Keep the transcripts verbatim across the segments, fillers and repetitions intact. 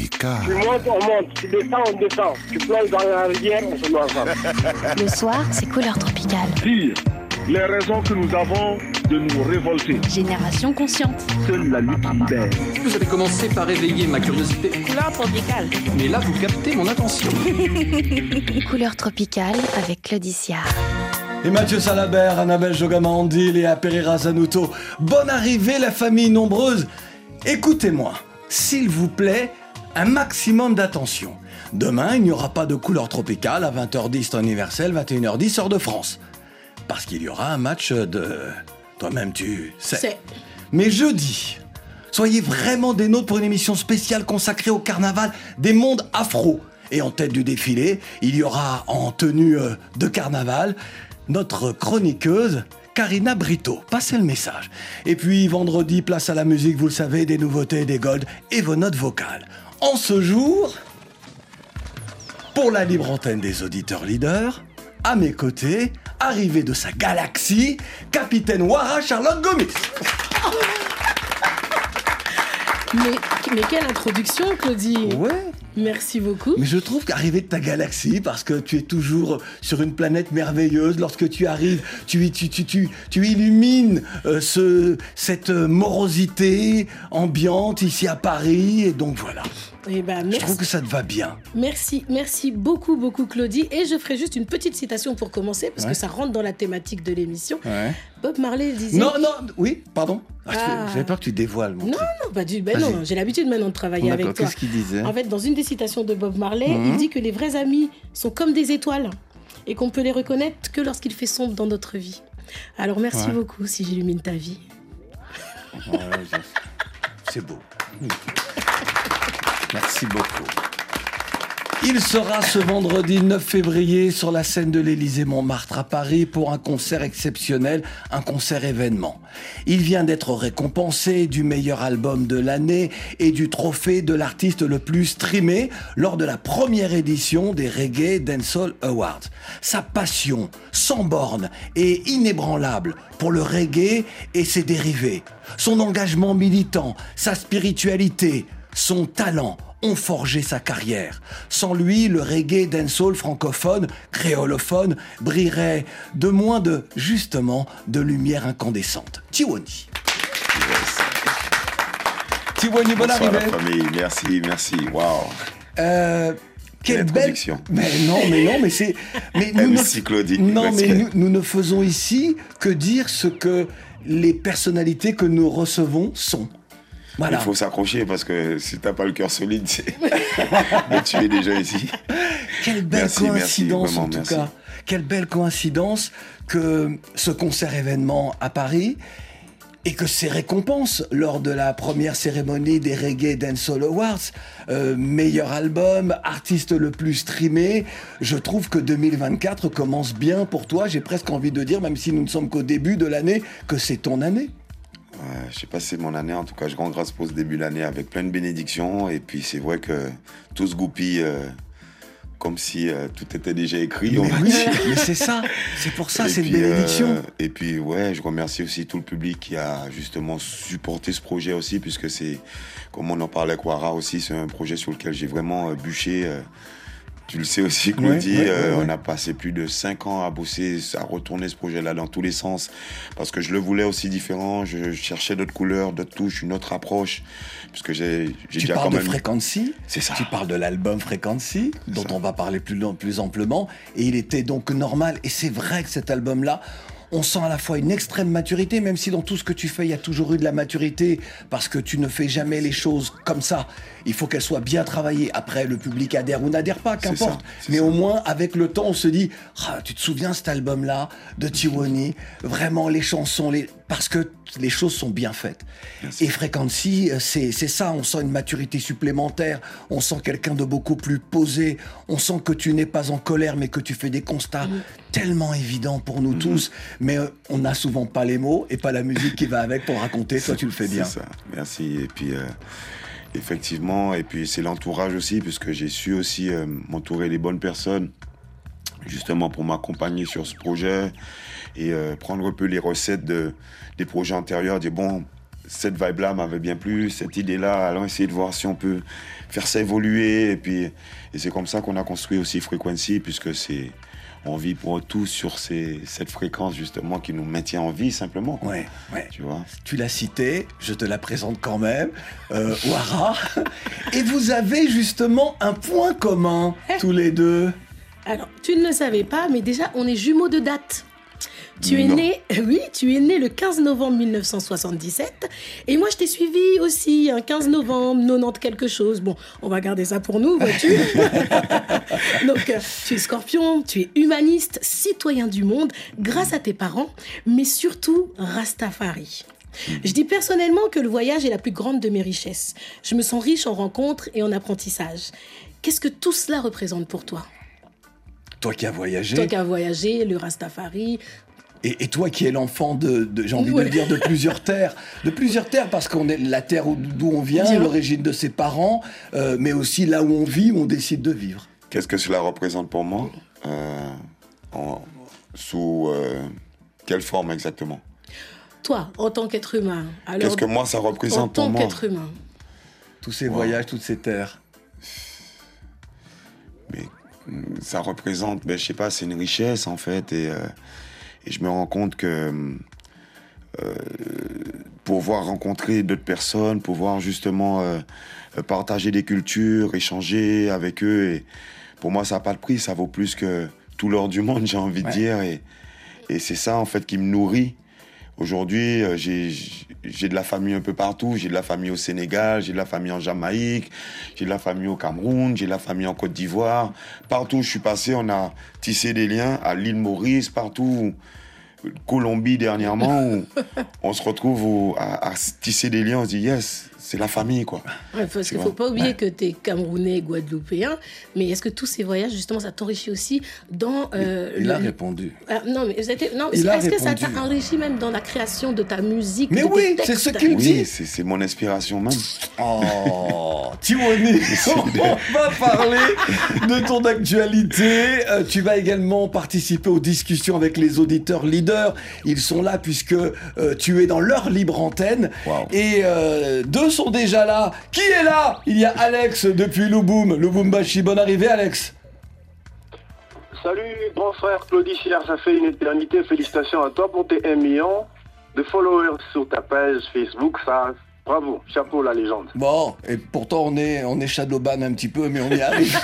Tropical. Tu montes, on monte. Tu descends, on descend. Tu plonges dans la rivière, on se met ensemble. Le soir, c'est Couleur Tropicale. Dire les raisons que nous avons de nous révolter. Génération consciente. Seule la lutte libère. Vous avez commencé par éveiller ma curiosité. Couleur Tropicale. Mais là, vous captez mon attention. Couleur Tropicale avec Claudicia. Et Mathieu Salabert, Annabelle Jogamandi, Léa Pereira Zanuto. Bonne arrivée, la famille nombreuse. Écoutez-moi, s'il vous plaît, un maximum d'attention. Demain, il n'y aura pas de Couleur Tropicale à vingt heures dix temps universel, vingt et une heures dix heure de France. Parce qu'il y aura un match de... Toi-même, tu sais. C'est. Mais jeudi, soyez vraiment des nôtres pour une émission spéciale consacrée au carnaval des mondes afro. Et en tête du défilé, il y aura en tenue de carnaval notre chroniqueuse Karina Brito. Passez le message. Et puis vendredi, place à la musique, vous le savez, des nouveautés, des golds et vos notes vocales. En ce jour, pour la libre antenne des auditeurs leaders, à mes côtés, arrivé de sa galaxie, capitaine Wara Charlotte Gomis. Mais, mais quelle introduction, Claudie. Ouais. Merci beaucoup. Mais je trouve qu'arriver de ta galaxie, parce que tu es toujours sur une planète merveilleuse, lorsque tu arrives, tu, tu, tu, tu, tu illumines euh, ce, cette morosité ambiante ici à Paris, et donc voilà. Eh ben, je merci. trouve que ça te va bien. Merci, merci beaucoup, beaucoup, Claudie. Et je ferai juste une petite citation pour commencer, parce ouais. que ça rentre dans la thématique de l'émission. Ouais. Bob Marley disait... Non, non, oui, pardon. Ah, Ah. J'avais peur que tu dévoiles mon Non, truc. non, pas du... Ben non, j'ai l'habitude maintenant de travailler avec toi. Qu'est-ce qu'il disait ? En fait, dans une des citations de Bob Marley, mmh. il dit que les vrais amis sont comme des étoiles et qu'on peut les reconnaître que lorsqu'il fait sombre dans notre vie. Alors, merci ouais. beaucoup si j'illumine ta vie. Ouais, c'est beau. Merci beaucoup. Il sera ce vendredi neuf février sur la scène de l'Élysée-Montmartre à Paris pour un concert exceptionnel, un concert événement. Il vient d'être récompensé du meilleur album de l'année et du trophée de l'artiste le plus streamé lors de la première édition des Reggae Dancehall Awards. Sa passion, sans borne et inébranlable pour le reggae et ses dérivés. Son engagement militant, sa spiritualité, son talent ont forgé sa carrière. Sans lui, le reggae dancehall francophone, créolophone, brillerait de moins de, justement, de lumière incandescente. Tiwoni. Yes. Tiwoni, bonne Bonsoir arrivée. La famille, merci, merci, waouh. Euh, quelle belle... Mais non, mais non, mais c'est... Mais nous merci ne... Claudie. Non, merci. mais nous, nous ne faisons ici que dire ce que les personnalités que nous recevons sont. Voilà. Il faut s'accrocher parce que si t'as pas le cœur solide, c'est... Mais tu es déjà ici. Quelle belle merci, coïncidence merci, vraiment, en tout merci. cas. Quelle belle coïncidence que ce concert événement à Paris et que ces récompenses lors de la première cérémonie des Reggae Dancehall Awards, euh, meilleur album, artiste le plus streamé, je trouve que deux mille vingt-quatre commence bien pour toi. J'ai presque envie de dire, même si nous ne sommes qu'au début de l'année, que c'est ton année. Ouais, je sais pas si c'est mon année, en tout cas je rends grâce pour ce début d'année avec plein de bénédictions et puis c'est vrai que tout se goupille euh, comme si euh, tout était déjà écrit. Mais oui, mais c'est ça, c'est pour ça, et c'est puis, une bénédiction. Euh, et puis ouais, je remercie aussi tout le public qui a justement supporté ce projet aussi puisque c'est, comme on en parlait avec Wara aussi, c'est un projet sur lequel j'ai vraiment euh, bûché. Euh, Tu le sais aussi, Claudie, ouais, ouais, euh, ouais, ouais. on a passé plus de cinq ans à bosser, à retourner ce projet-là dans tous les sens, parce que je le voulais aussi différent, je cherchais d'autres couleurs, d'autres touches, une autre approche, puisque j'ai, j'ai tu déjà parles quand même... de Frequency, c'est ça. Tu parles de l'album Frequency, dont on va parler plus, plus amplement, et il était donc normal, et c'est vrai que cet album-là, on sent à la fois une extrême maturité, même si dans tout ce que tu fais, il y a toujours eu de la maturité, parce que tu ne fais jamais les choses comme ça. Il faut qu'elles soient bien travaillées. Après, le public adhère ou n'adhère pas, qu'importe. C'est ça, c'est Mais ça. Au moins, avec le temps, on se dit ah, tu te souviens cet album-là de Tiwoni, vraiment les chansons, les... parce que les choses sont bien faites. Merci. Et Frequency, c'est, c'est ça, on sent une maturité supplémentaire, on sent quelqu'un de beaucoup plus posé, on sent que tu n'es pas en colère, mais que tu fais des constats mmh. tellement évidents pour nous mmh. tous, mais euh, on n'a souvent pas les mots et pas la musique qui va avec pour raconter. Toi, tu le fais bien. C'est ça, merci. Et puis... Euh... Effectivement, et puis c'est l'entourage aussi, puisque j'ai su aussi euh, m'entourer des bonnes personnes, justement pour m'accompagner sur ce projet et euh, prendre un peu les recettes de, des projets antérieurs, dire bon, cette vibe-là m'avait bien plu, cette idée-là, allons essayer de voir si on peut faire ça évoluer. Et puis, et c'est comme ça qu'on a construit aussi Frequency, puisque c'est, on vit pour tous sur ces, cette fréquence justement qui nous maintient en vie simplement. Ouais, ouais. Tu vois. Tu l'as cité, je te la présente quand même, euh, Ouara. Et vous avez justement un point commun tous les deux. Alors, tu ne le savais pas, mais déjà, on est jumeaux de date. Tu es Non. né, oui, tu es né le quinze novembre mille neuf cent soixante-dix-sept. Et moi, je t'ai suivi aussi, un quinze novembre, quatre-vingt-dix quelque chose. Bon, on va garder ça pour nous, vois-tu. Donc, euh, tu es scorpion, tu es humaniste, citoyen du monde, grâce à tes parents, mais surtout Rastafari. Je dis personnellement que le voyage est la plus grande de mes richesses. Je me sens riche en rencontres et en apprentissage. Qu'est-ce que tout cela représente pour toi ? Toi qui as voyagé. Toi qui as voyagé, le Rastafari. Et, et toi qui es l'enfant de, de j'ai envie Ouais. de dire, de plusieurs terres. De plusieurs terres, parce qu'on est la terre où- d'où on vient, Bien. l'origine de ses parents, euh, mais aussi là où on vit, où on décide de vivre. Qu'est-ce que cela représente pour moi euh, en- Sous euh, quelle forme exactement? Toi, en tant qu'être humain. Alors, Qu'est-ce que moi ça en représente pour tant moi? qu'être humain. Tous ces Wow. voyages, toutes ces terres. Mais mm, ça représente, ben, je sais pas, c'est une richesse en fait, et, euh, et je me rends compte que euh, pouvoir rencontrer d'autres personnes, pouvoir justement euh, partager des cultures, échanger avec eux, et pour moi ça n'a pas de prix, ça vaut plus que tout l'or du monde, j'ai envie de Ouais. dire, et, et c'est ça en fait qui me nourrit. Aujourd'hui, euh, j'ai, j'ai de la famille un peu partout. J'ai de la famille au Sénégal, j'ai de la famille en Jamaïque, j'ai de la famille au Cameroun, j'ai de la famille en Côte d'Ivoire. Partout où je suis passé, on a tissé des liens, à l'île Maurice, partout. Colombie dernièrement, où on se retrouve où, à, à tisser des liens, on se dit yes, c'est la famille quoi. Ouais, parce C'est qu'il ne vrai. faut pas oublier Ouais. que tu es Camerounais, Guadeloupéen, mais est-ce que tous ces voyages, justement, ça t'enrichit aussi dans... euh, Il le- a répondu. Ah, non, mais c'était- non, Il a est-ce que ça répondu. t'a enrichi même dans la création de ta musique, Mais de tes oui, textes? c'est ce qu'il dit. Oui, c'est, c'est mon inspiration même. Oh, Tiwani, on va parler de ton actualité. Euh, tu vas également participer aux discussions avec les auditeurs leaders. Ils sont là puisque euh, tu es dans leur libre antenne. Wow. Et euh, deux sont déjà là. Qui est là? Il y a Alex depuis Louboum. Lubumbashi, bonne arrivée Alex. Salut, grand frère Claudie Chiard, ça fait une éternité. Félicitations à toi pour tes un million de followers sur ta page Facebook. Ça, bravo, chapeau la légende. Bon, et pourtant on est, on est shadowban un petit peu, mais on y arrive.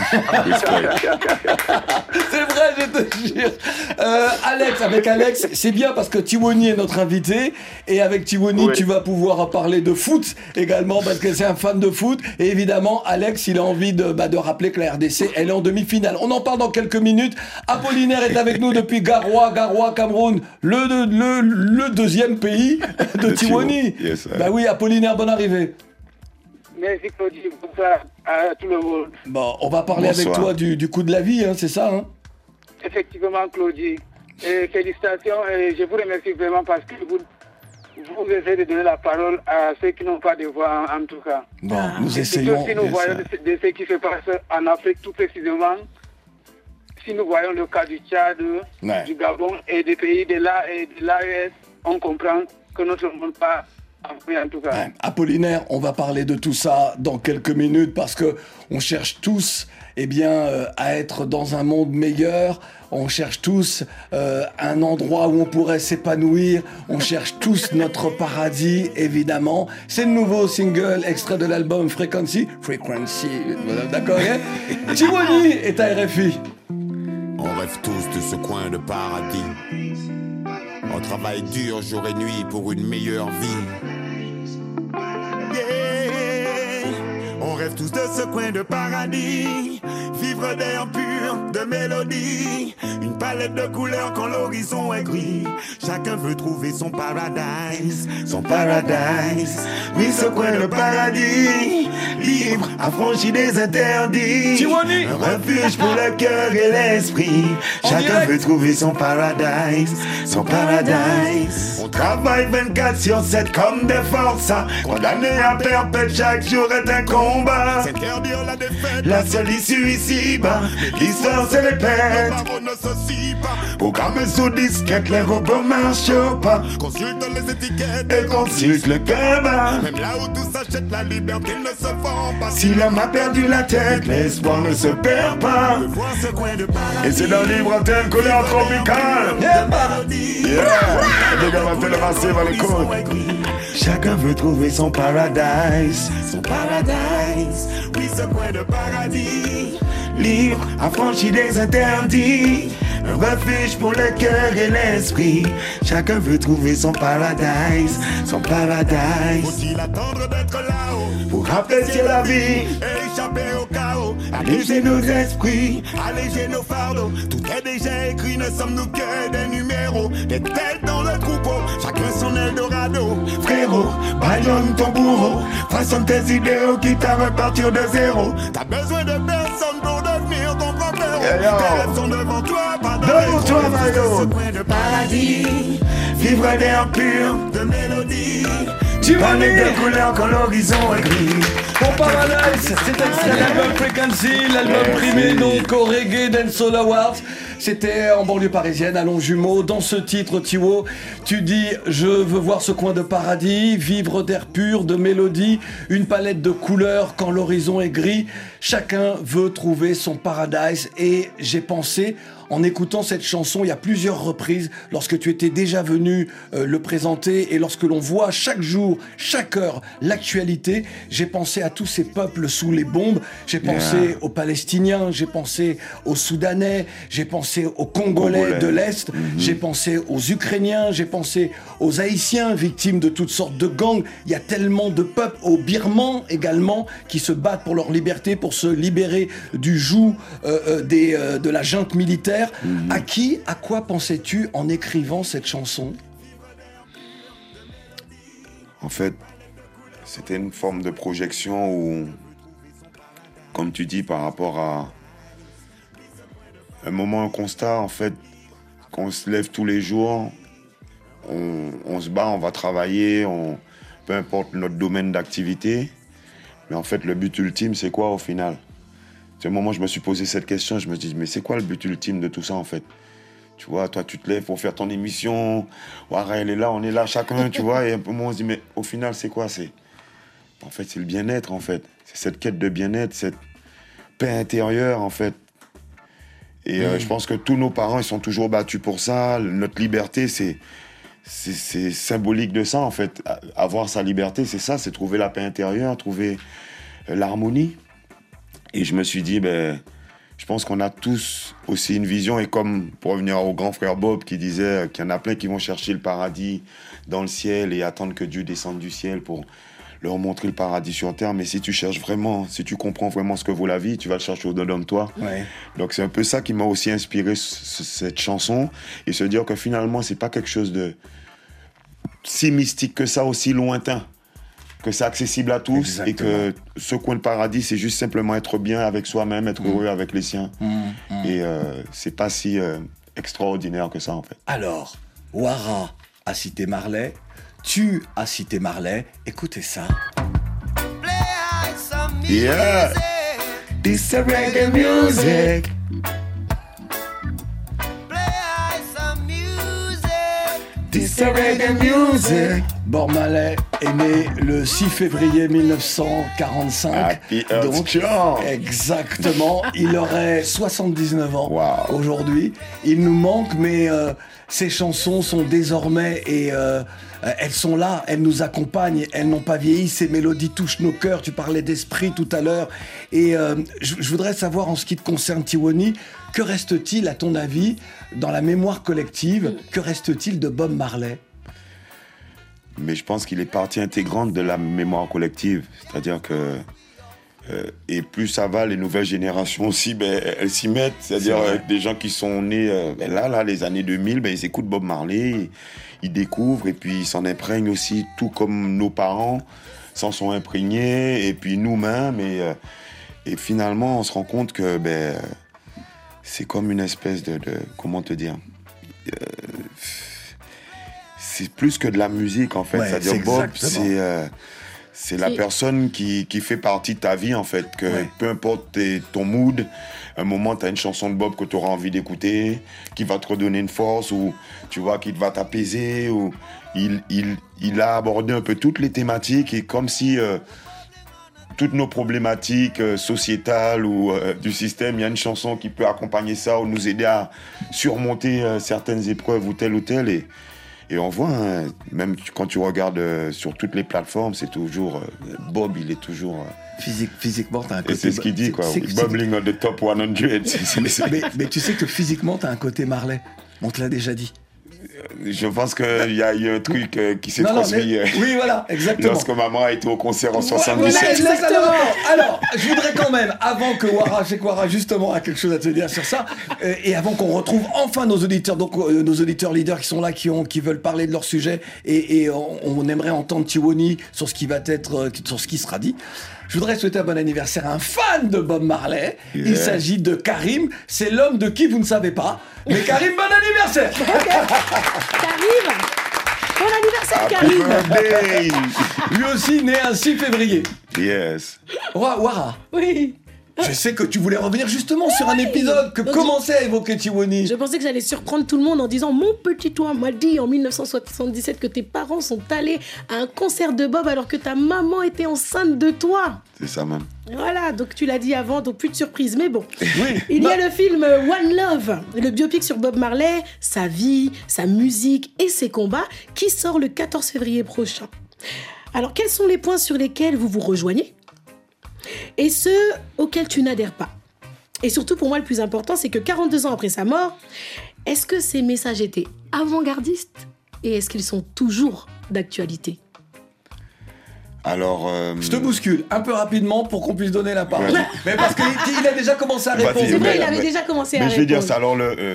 C'est vrai, je te jure. Euh, Alex, avec Alex, c'est bien parce que Tiwani est notre invité. Et avec Tiwani, Oui. tu vas pouvoir parler de foot également parce que c'est un fan de foot. Et évidemment, Alex, il a envie de, bah, de rappeler que la R D C, elle est en demi-finale. On en parle dans quelques minutes. Apollinaire est avec nous depuis Garoua, Garoua, Cameroun, le, le, le deuxième pays de De Tiwani. Tiwani, yes, ouais. Bah oui, Apollinaire, bonne arrivée. Merci Claudie, bonsoir à tout le monde. Bon, on va parler avec Bonsoir. toi du, du coup de la vie, hein, c'est ça, hein? Effectivement Claudie, et félicitations et je vous remercie vraiment parce que vous, vous essayez de donner la parole à ceux qui n'ont pas de voix en, en tout cas. Bon, Ah. nous Et surtout essayons. si nous voyons de, de ce qui se passe en Afrique tout précisément, si nous voyons le cas du Tchad, Ouais. du Gabon et des pays de l'A et de l'A E S, on comprend que notre monde pas en tout cas. Ouais. Apollinaire, on va parler de tout ça dans quelques minutes parce que on cherche tous, eh bien, euh, à être dans un monde meilleur. On cherche tous euh, un endroit où on pourrait s'épanouir. On cherche tous notre paradis, évidemment. C'est le nouveau single extrait de l'album Frequency. Frequency, voilà, d'accord, hein? Tiwani est à R F I. On rêve tous de ce coin de paradis. On travaille dur jour et nuit pour une meilleure vie. Yeah. On rêve tous de ce coin de paradis. Vivre d'air pur, de mélodie. Une palette de couleurs quand l'horizon est gris. Chacun veut trouver son paradise, son paradise. Oui, ce coin de paradis. Libre, affranchi des interdits. Tiwani. Un refuge pour le cœur et l'esprit. En Chacun direct. veut trouver son paradise, son paradise. On travaille vingt-quatre sur sept comme des forçats. Condamné à perpète, chaque jour est un combat. pas. La seule issue ici-bas, l'histoire se répète. Programme sous disquette, les robots marchent pas. Consulte les étiquettes et consulte le karma. Même là où tout s'achète, la liberté ne se vend pas. Si l'homme a perdu la tête, l'espoir ne se perd pas. Et c'est dans Libre Antenne, couleur tropicale. Yeah, les gars m'appellent le massif à l'écoute. Chacun veut trouver son paradise. Son paradise, oui, ce coin de paradis. Libre, affranchi des interdits. Un refuge pour le cœur et l'esprit. Chacun veut trouver son paradise. Son paradise. Faut-il attendre d'être là-haut pour apprécier la vie et échapper au chaos? Alléger nos esprits, alléger nos fardeaux. Tout est déjà écrit, ne sommes-nous que des numéros. Des têtes dans le troupeau, chacun son Eldorado. Frérot, baillonne ton bourreau. Façonne tes idéaux, quitte à repartir de zéro. T'as besoin de personne pour devenir ton propre héros. Yeah, tes rêves sont devant toi, pas devant toi, Mario. Ce coin de paradis, vivre d'air pur, de mélodie. Tu vas les deux couleurs quand l'horizon est gris. Pour Paradise, c'est extrait de l'album Frequency, l'album primé donc au Reggae Dancehall Awards. C'était en banlieue parisienne, à Longjumeau. Dans ce titre, Thiwo, tu dis « Je veux voir ce coin de paradis, vivre d'air pur, de mélodie, une palette de couleurs quand l'horizon est gris. Chacun veut trouver son paradise. » Et j'ai pensé, en écoutant cette chanson, il y a plusieurs reprises, lorsque tu étais déjà venu euh, le présenter et lorsque l'on voit chaque jour, chaque heure, l'actualité, j'ai pensé à tous ces peuples sous les bombes. J'ai pensé yeah. aux Palestiniens, j'ai pensé aux Soudanais, j'ai pensé aux Congolais, Congolais. de l'Est, mm-hmm. j'ai pensé aux Ukrainiens, j'ai pensé aux Haïtiens, victimes de toutes sortes de gangs. Il y a tellement de peuples, aux Birmans également, qui se battent pour leur liberté, pour se libérer du joug euh, euh, des, euh, de la junte militaire. Mm-hmm. À qui, à quoi pensais-tu en écrivant cette chanson? En fait, c'était une forme de projection où, comme tu dis, par rapport à un moment, un constat, en fait, qu'on se lève tous les jours, on, on se bat, on va travailler, on, peu importe notre domaine d'activité, mais en fait, le but ultime, c'est quoi au final? C'est un moment où je me suis posé cette question, je me dis, mais c'est quoi le but ultime de tout ça, en fait? Tu vois, toi, tu te lèves pour faire ton émission, Ouara, elle est là, on est là, chacun, tu vois, et un peu moment, on se dit, mais au final, c'est quoi? C'est... En fait, c'est le bien-être, en fait. C'est cette quête de bien-être, cette paix intérieure, en fait. Et mmh. euh, je pense que tous nos parents, ils sont toujours battus pour ça. Notre liberté, c'est, c'est, c'est symbolique de ça, en fait. Avoir sa liberté, c'est ça, c'est trouver la paix intérieure, trouver euh, l'harmonie. Et je me suis dit, ben, je pense qu'on a tous aussi une vision. Et comme, pour revenir au grand frère Bob qui disait qu'il y en a plein qui vont chercher le paradis dans le ciel et attendre que Dieu descende du ciel pour leur montrer le paradis sur terre. Mais si tu cherches vraiment, si tu comprends vraiment ce que vaut la vie, tu vas le chercher au-dedans de toi. Ouais. Donc c'est un peu ça qui m'a aussi inspiré c- cette chanson. Et se dire que finalement, c'est pas quelque chose de si mystique que ça, aussi lointain. Que c'est accessible à tous. Exactement. Et que ce coin de paradis, c'est juste simplement être bien avec soi-même, être mmh. heureux avec les siens. Mmh, mmh. Et euh, c'est pas si euh, extraordinaire que ça, en fait. Alors, Ouara a cité Marley. Tu as cité Marley, écoutez ça. Yeah, this is reggae music. This is reggae music. Bob Marley est né le six février mille neuf cent quarante-cinq. Happy donc, exactement, il aurait soixante-dix-neuf ans wow. aujourd'hui. Il nous manque, mais euh, ces chansons sont désormais et euh, elles sont là, elles nous accompagnent, elles n'ont pas vieilli. Ces mélodies touchent nos cœurs. Tu parlais d'esprit tout à l'heure, et euh, je, je voudrais savoir, en ce qui te concerne, Thiwoni, que reste-t-il, à ton avis, dans la mémoire collective? Que reste-t-il de Bob Marley? Mais je pense qu'il est partie intégrante de la mémoire collective. C'est-à-dire que... Euh, et plus ça va, les nouvelles générations aussi, ben, elles s'y mettent. C'est-à-dire euh, des gens qui sont nés euh, ben, là, là, les années deux mille, ben, ils écoutent Bob Marley, ils, ils découvrent, et puis ils s'en imprègnent aussi, tout comme nos parents s'en sont imprégnés, et puis nous-mêmes. Et, euh, et finalement, on se rend compte que ben, c'est comme une espèce de... de comment te dire euh, c'est plus que de la musique, en fait. Ouais, c'est-à-dire c'est Bob, exactement. c'est... Euh, C'est la personne qui, qui fait partie de ta vie, en fait. Que ouais. Peu importe tes, ton mood, un moment, tu as une chanson de Bob que tu auras envie d'écouter, qui va te redonner une force, ou tu vois, qui va t'apaiser, ou il, il, il a abordé un peu toutes les thématiques, et comme si euh, toutes nos problématiques euh, sociétales ou euh, du système, il y a une chanson qui peut accompagner ça, ou nous aider à surmonter euh, certaines épreuves, ou telle ou telle, et Et on voit, hein, même quand tu regardes euh, sur toutes les plateformes, c'est toujours... Euh, Bob, il est toujours... Euh, Physique, physiquement, t'as un côté... Et c'est ce qu'il dit, quoi. Bubbling on the top cent. C'est, c'est, c'est... Mais, mais tu sais que physiquement, t'as un côté Marley. On te l'a déjà dit. Je pense qu'il y a eu un truc euh, qui s'est non, transmis. Non, mais... Oui, voilà, exactement. Lorsque maman a été au concert en soixante-dix-sept. Voilà, exactement. Alors, je voudrais quand même, avant que Wara, Cheikh Wara, justement, a quelque chose à te dire sur ça, euh, et avant qu'on retrouve enfin nos auditeurs, donc euh, nos auditeurs leaders qui sont là, qui, ont, qui veulent parler de leur sujet, et, et on, on aimerait entendre Tiwoni sur ce qui va être, euh, sur ce qui sera dit. Je voudrais souhaiter un bon anniversaire à un fan de Bob Marley. Yeah. Il s'agit de Karim. C'est l'homme de qui vous ne savez pas. Mais Karim, bon anniversaire. Okay. Karim, bon anniversaire, Happy Karim. birthday. Lui aussi né un six février. Yes. Wara. Oui. Je sais que tu voulais revenir justement sur un épisode que donc commençait à évoquer Tiwoni. Je pensais que j'allais surprendre tout le monde en disant « Mon petit toi m'a dit en dix-neuf cent soixante-dix-sept que tes parents sont allés à un concert de Bob alors que ta maman était enceinte de toi. » C'est ça même. Voilà, donc tu l'as dit avant, donc plus de surprise. Mais bon, oui, il bah... y a le film One Love, le biopic sur Bob Marley, sa vie, sa musique et ses combats, qui sort le quatorze février prochain. Alors, quels sont les points sur lesquels vous vous rejoignez ? Et ceux auxquels tu n'adhères pas. Et surtout, pour moi, le plus important, c'est que quarante-deux ans après sa mort, est-ce que ces messages étaient avant-gardistes et est-ce qu'ils sont toujours d'actualité ? Alors, euh... je te bouscule un peu rapidement pour qu'on puisse donner la parole. Ouais. Mais parce qu'il il a déjà commencé à répondre. C'est vrai, il avait mais, déjà commencé mais à répondre. Mais je vais dire ça. Alors, le, euh,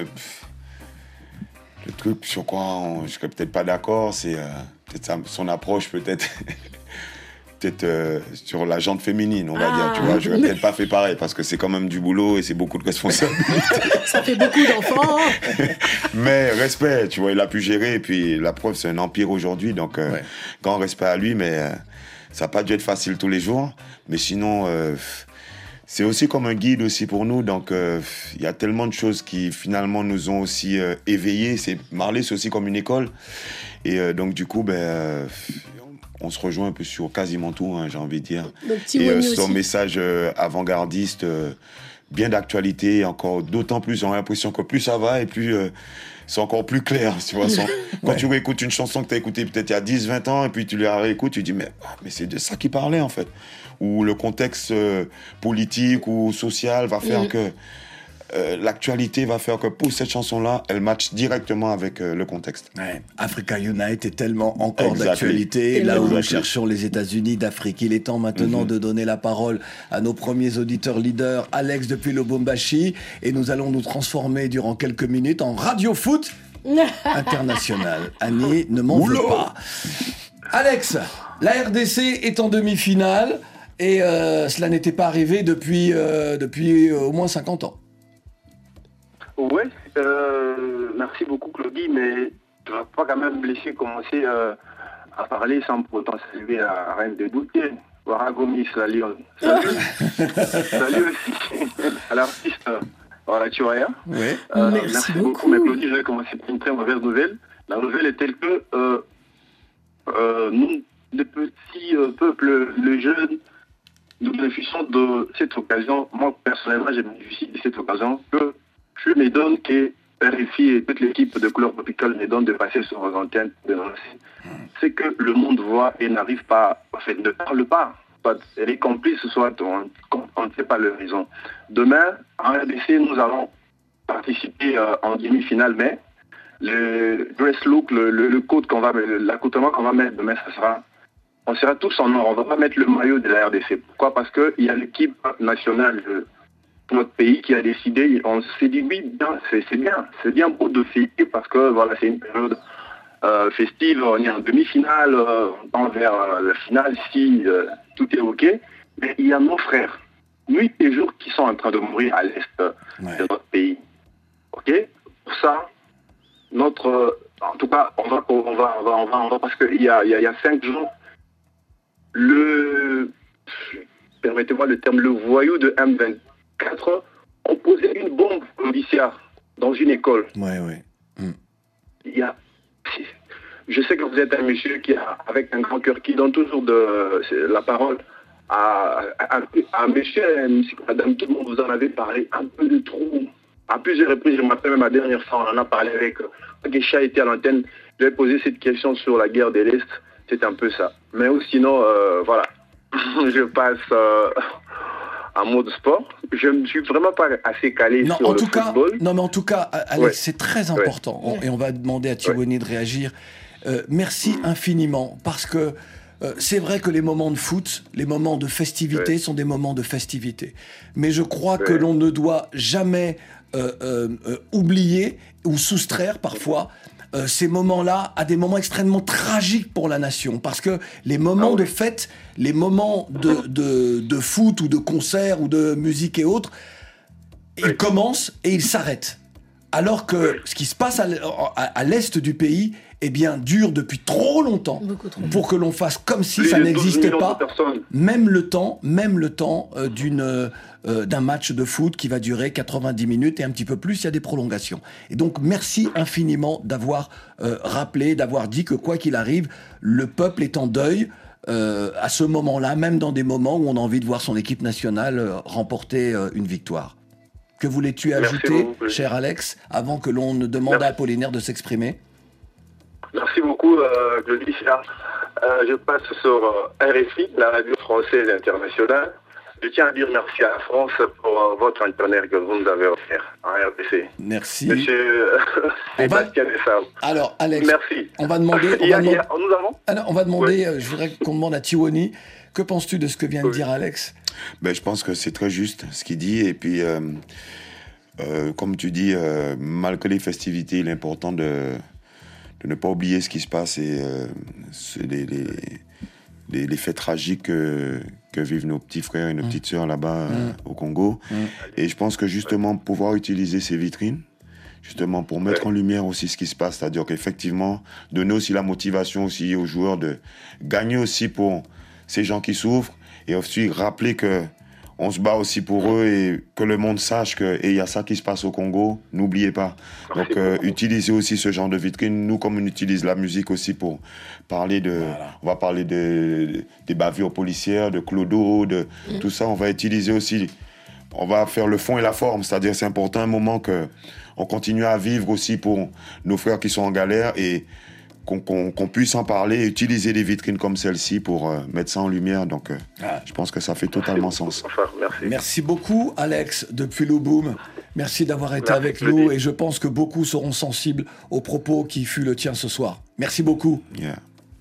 le truc sur quoi on, je serais peut-être pas d'accord, c'est euh, peut-être ça, son approche, peut-être. Peut-être euh, sur la jante féminine, on va ah, dire, tu vois, je n'aurais peut-être pas fait pareil, parce que c'est quand même du boulot et c'est beaucoup de responsabilités. Ça fait beaucoup d'enfants. Mais respect, tu vois, il a pu gérer, et puis la preuve, c'est un empire aujourd'hui, donc euh, ouais. Grand respect à lui, mais euh, ça n'a pas dû être facile tous les jours, mais sinon, euh, c'est aussi comme un guide aussi pour nous, donc il euh, y a tellement de choses qui finalement nous ont aussi euh, éveillés. C'est, Marley, c'est aussi comme une école, et euh, donc du coup, ben... Euh, on se rejoint un peu sur quasiment tout, hein, j'ai envie de dire. Donc, et euh, son message euh, avant-gardiste, euh, bien d'actualité, encore d'autant plus, j'ai l'impression que plus ça va et plus euh, c'est encore plus clair. Tu vois, son, quand ouais. tu réécoutes une chanson que tu as écoutée peut-être il y a dix vingt ans et puis tu la réécoutes, tu te dis mais, mais c'est de ça qu'il parlait en fait. Ou le contexte euh, politique ou social va faire mmh. que Euh, l'actualité va faire que pour cette chanson-là, elle match directement avec euh, le contexte. Ouais. Africa Unite est tellement encore exactly. d'actualité. Là où nous cherchons les États-Unis d'Afrique, il est temps maintenant mm-hmm. de donner la parole à nos premiers auditeurs leaders, Alex depuis Lubumbashi, et nous allons nous transformer durant quelques minutes en Radio Foot international. Annie, ne m'en veux pas. Alex, la R D C est en demi-finale et euh, cela n'était pas arrivé depuis, euh, depuis euh, au moins cinquante ans. Oui, euh, merci beaucoup Claudie, mais tu ne vas pas quand même laisser commencer euh, à parler sans pour autant saluer la reine des Boutiers, Wara Gomis, la lionne. Salut, salut aussi à l'artiste Wara Tuaya. Oui. Euh, merci, merci beaucoup. beaucoup. Mais Claudie, je vais commencer par une très mauvaise nouvelle. La nouvelle est telle que euh, euh, nous, les petits euh, peuples, les jeunes, nous bénéficions de cette occasion. Moi, personnellement, j'ai bénéficié de cette occasion que je me donne que R F I et toute l'équipe de Couleur Tropicale me donne de passer sur vos antennes de lancer. C'est que le monde voit et n'arrive pas, en fait, ne parle pas. Soit elle est complice, soit on, on ne sait pas leur raison. Demain, en R D C, nous allons participer euh, en demi-finale, mais le dress look, le, le, le code qu'on va, l'accoutrement qu'on va mettre demain, ça sera, on sera tous en or. On ne va pas mettre le maillot de la R D C. Pourquoi ? Parce qu'il y a l'équipe nationale de notre pays qui a décidé, on s'est dit oui, bien, c'est, c'est bien, c'est bien pour de fêter parce que voilà, c'est une période euh, festive, on est en demi-finale, euh, on tend vers euh, la finale si euh, tout est ok, mais il y a nos frères, nuit et jour, qui sont en train de mourir à l'est euh, ouais. de notre pays. Ok ? Pour ça, notre, euh, en tout cas, on va, on va, on va, on va, on va parce qu'il y a, il y a, il y a cinq jours, le, permettez-moi le terme, le voyou de M vingt-quatre ont posé une bombe policière dans une école. Ouais, ouais. Mm. Il y a, je sais que vous êtes un monsieur qui a, avec un grand cœur, qui donne toujours de, la parole à, à, à, à monsieur, à monsieur, madame, tout le monde, vous en avez parlé un peu de trop. À plusieurs reprises, je me rappelle même la dernière fois, on en a parlé avec Geisha était à l'antenne, je lui ai posé cette question sur la guerre de l'Est, c'est un peu ça. Mais sinon, euh, voilà, je passe euh, à mode sport. Je ne suis vraiment pas assez calé non, sur en le tout football. Cas, non, mais en tout cas, Alex, ouais. c'est très important. Ouais. On, et on va demander à Thiwani ouais. de réagir. Euh, merci infiniment, parce que Euh, c'est vrai que les moments de foot, les moments de festivité ouais. sont des moments de festivité. Mais je crois ouais. que l'on ne doit jamais euh, euh, euh, oublier ou soustraire parfois euh, ces moments-là à des moments extrêmement tragiques pour la nation. Parce que les moments ah ouais. de fête, les moments de, de, de foot ou de concert ou de musique et autres, ouais. ils commencent et ils s'arrêtent. Alors que ouais. ce qui se passe à, à, à l'est du pays eh bien, dure depuis trop longtemps trop pour que l'on fasse comme si oui, ça n'existait pas, même le temps, même le temps euh, d'une, euh, d'un match de foot qui va durer quatre-vingt-dix minutes et un petit peu plus, il y a des prolongations. Et donc, merci infiniment d'avoir euh, rappelé, d'avoir dit que quoi qu'il arrive, le peuple est en deuil euh, à ce moment-là, même dans des moments où on a envie de voir son équipe nationale euh, remporter euh, une victoire. Que voulais-tu ajouter, beaucoup, cher Alex, avant que l'on ne demande Merci. à Apollinaire de s'exprimer ? Merci beaucoup, euh, Claudie. Euh, je passe sur euh, R F I, la radio française internationale. Je tiens à dire merci à la France pour euh, votre partenaire que vous nous avez offert en R D C. Merci. Monsieur euh, Sébastien Dessau. Alors, Alex, merci. On va demander. On, il y a, va il y a, nous avons alors, on va demander. Oui. Euh, je voudrais qu'on demande à Thiwani. Que penses-tu de ce que vient de oui. dire Alex ? Ben, je pense que c'est très juste ce qu'il dit. Et puis, euh, euh, comme tu dis, euh, malgré les festivités, il est important de. de ne pas oublier ce qui se passe et euh, les, les, les, les faits tragiques que, que vivent nos petits frères et nos mmh. petites sœurs là-bas mmh. euh, au Congo. Mmh. Et je pense que justement, pouvoir utiliser ces vitrines, justement pour mettre ouais. en lumière aussi ce qui se passe, c'est-à-dire qu'effectivement, donner aussi la motivation aussi aux joueurs de gagner aussi pour ces gens qui souffrent et aussi rappeler que on se bat aussi pour eux et que le monde sache qu'il y a ça qui se passe au Congo. N'oubliez pas. Donc, euh, utilisez aussi ce genre de vitrine. Nous, comme on utilise la musique aussi pour parler de... Voilà. On va parler de, de, des bavures policières, de clodo, de mmh. tout ça. On va utiliser aussi... On va faire le fond et la forme. C'est-à-dire, c'est important un moment qu'on continue à vivre aussi pour nos frères qui sont en galère et... Qu'on, qu'on, qu'on puisse en parler et utiliser des vitrines comme celle-ci pour euh, mettre ça en lumière. Donc, euh, ah. je pense que ça fait totalement merci sens. Enfin, merci. Merci beaucoup, Alex, depuis Louboum. Merci d'avoir été merci avec nous et je pense que beaucoup seront sensibles aux propos qui fut le tien ce soir. Merci beaucoup. Yeah.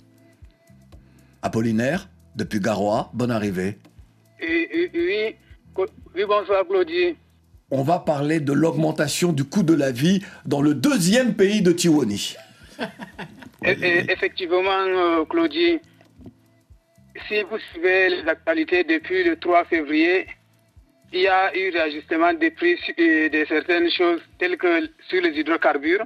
Apollinaire, depuis Garoua, bonne arrivée. Oui, oui, oui, bonsoir, Claudie. On va parler de l'augmentation du coût de la vie dans le deuxième pays de Thiwani. Et, et, effectivement, euh, Claudie, si vous suivez les actualités depuis le trois février, il y a eu réajustement des prix de certaines choses telles que sur les hydrocarbures,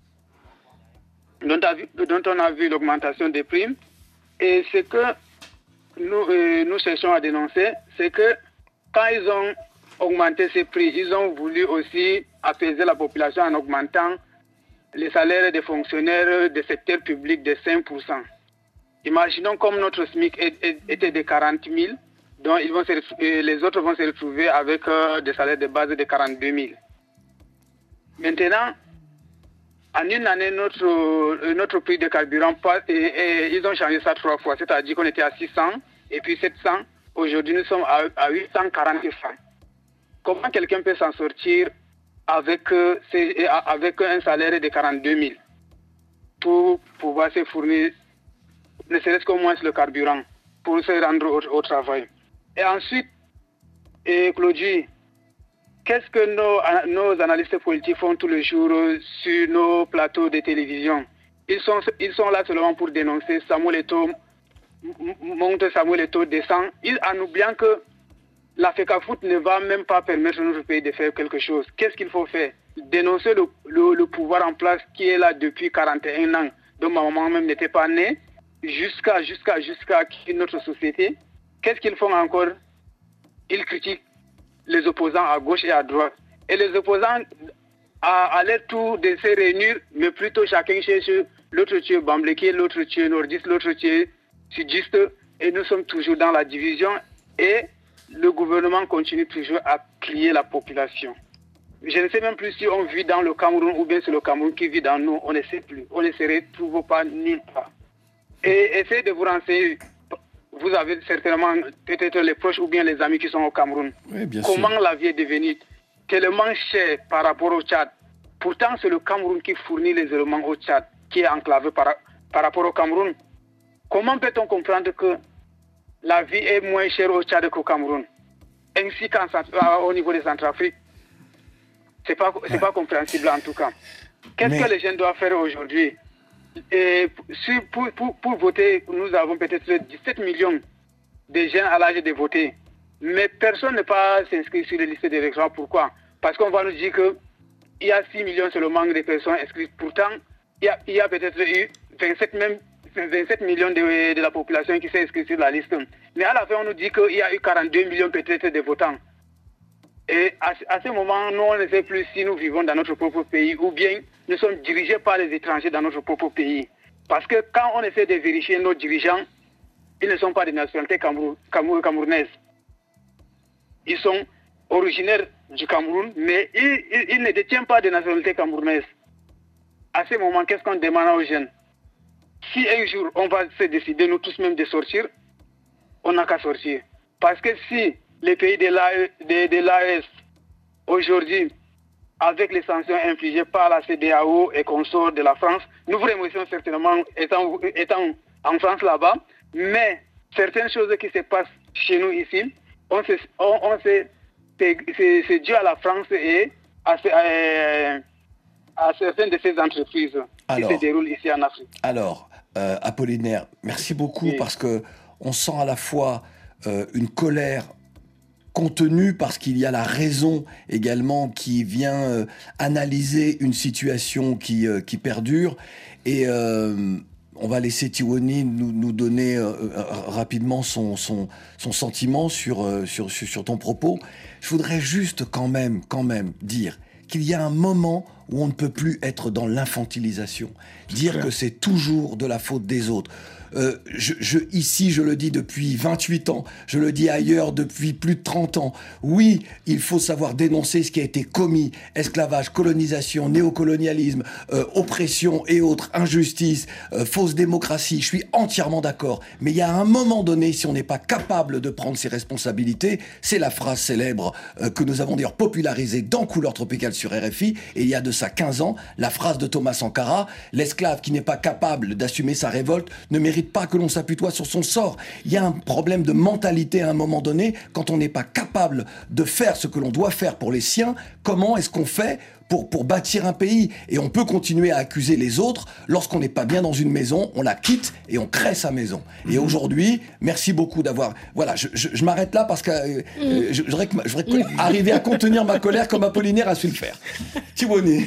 dont, a vu, dont on a vu l'augmentation des primes. Et ce que nous, euh, nous cherchons à dénoncer, c'est que quand ils ont augmenté ces prix, ils ont voulu aussi apaiser la population en augmentant les salaires des fonctionnaires du secteur public de cinq pour cent. Imaginons comme notre SMIC était de quarante mille, donc ils vont se, les autres vont se retrouver avec euh, des salaires de base de quarante-deux mille. Maintenant, en une année, notre, notre prix de carburant, et, et, ils ont changé ça trois fois, c'est-à-dire qu'on était à six cents et puis sept cents. Aujourd'hui, nous sommes à, à huit cent quarante francs. Comment quelqu'un peut s'en sortir Avec, euh, avec un salaire de quarante-deux mille pour pouvoir se fournir, ne serait-ce qu'au moins le carburant, pour se rendre au, au travail. Et ensuite, et Claudie, qu'est-ce que nos, nos analystes politiques font tous les jours sur nos plateaux de télévision? Ils sont, ils sont là seulement pour dénoncer Samuel Eto'o, monte Samuel Eto'o descend, en oubliant que la FECAFOOT ne va même pas permettre à notre pays de faire quelque chose. Qu'est-ce qu'il faut faire? Dénoncer le, le, le pouvoir en place qui est là depuis quarante et un ans, dont ma maman même n'était pas née, jusqu'à, jusqu'à, jusqu'à notre société. Qu'est-ce qu'ils font encore? Ils critiquent les opposants à gauche et à droite. Et les opposants, à, à leur tour de se réunir, mais plutôt chacun cherche l'autre tuer Bambleke, l'autre tuer nordiste, l'autre tuer sudiste. Et nous sommes toujours dans la division. Et le gouvernement continue toujours à plier la population. Je ne sais même plus si on vit dans le Cameroun ou bien c'est le Cameroun qui vit dans nous. On ne sait plus. On ne se retrouve pas nulle part. Et essayez de vous renseigner. Vous avez certainement peut-être les proches ou bien les amis qui sont au Cameroun. Oui, bien Comment sûr. la vie est devenue tellement chère par rapport au Tchad. Pourtant, c'est le Cameroun qui fournit les éléments au Tchad, qui est enclavé par, par rapport au Cameroun. Comment peut-on comprendre que la vie est moins chère au Tchad qu'au Cameroun, ainsi qu'au niveau des Centrafriques? C'est pas, c'est pas compréhensible en tout cas. Qu'est-ce Mais... que les jeunes doivent faire aujourd'hui? Et pour, pour, pour voter, nous avons peut-être dix-sept millions de jeunes à l'âge de voter. Mais personne n'est pas inscrit sur les listes d'élections. Pourquoi? Parce qu'on va nous dire qu'il y a six millions seulement de personnes inscrites. Pourtant, il y a, il y a peut-être eu vingt-sept, même, vingt-sept millions de, de la population qui s'est inscrite sur la liste. Mais à la fin, on nous dit qu'il y a eu quarante-deux millions peut-être de votants. Et à, à ce moment, nous, on ne sait plus si nous vivons dans notre propre pays ou bien nous sommes dirigés par les étrangers dans notre propre pays. Parce que quand on essaie de vérifier nos dirigeants, ils ne sont pas de nationalité cameroun, cameroun, camerounaise. Ils sont originaires du Cameroun, mais ils, ils, ils ne détiennent pas de nationalité camerounaise. À ce moment, qu'est-ce qu'on demande aux jeunes? Si un jour on va se décider, nous tous même, de sortir, on n'a qu'à sortir. Parce que si les pays de l'A E S, aujourd'hui, avec les sanctions infligées par la C D A O et consorts de la France, nous vous remercions certainement étant, étant en France là-bas, mais certaines choses qui se passent chez nous ici, on sait, on, on sait, c'est, c'est dû à la France et à, à, à certaines de ces entreprises alors, qui se déroulent ici en Afrique. Alors, euh, Apollinaire, merci beaucoup oui. parce que on sent à la fois euh, une colère contenue parce qu'il y a la raison également qui vient euh, analyser une situation qui, euh, qui perdure et euh, on va laisser Tiwoni nous, nous donner euh, rapidement son, son, son sentiment sur, euh, sur, sur, sur ton propos. Je voudrais juste quand même, quand même dire qu'il y a un moment où on ne peut plus être dans l'infantilisation, dire clair. Que c'est toujours de la faute des autres. Euh, je, je, ici, je le dis depuis vingt-huit ans, je le dis ailleurs depuis plus de trente ans. Oui, il faut savoir dénoncer ce qui a été commis, esclavage, colonisation, néocolonialisme, euh, oppression et autres, injustice, euh, fausse démocratie. Je suis entièrement d'accord. Mais il y a un moment donné, si on n'est pas capable de prendre ses responsabilités, c'est la phrase célèbre euh, que nous avons d'ailleurs popularisée dans Couleur Tropicale sur R F I, et il y a de ça quinze ans, la phrase de Thomas Sankara, l'esclave qui n'est pas capable d'assumer sa révolte ne mérite pas que l'on s'apitoie sur son sort. Il y a un problème de mentalité à un moment donné, quand on n'est pas capable de faire ce que l'on doit faire pour les siens, comment est-ce qu'on fait pour, pour bâtir un pays? Et on peut continuer à accuser les autres, lorsqu'on n'est pas bien dans une maison, on la quitte et on crée sa maison. Et mmh. aujourd'hui, merci beaucoup d'avoir... Voilà, je, je, je m'arrête là parce que euh, mmh. je, je voudrais, que, je voudrais mmh. arriver à contenir ma colère comme Apollinaire a su le faire. Tiwoni.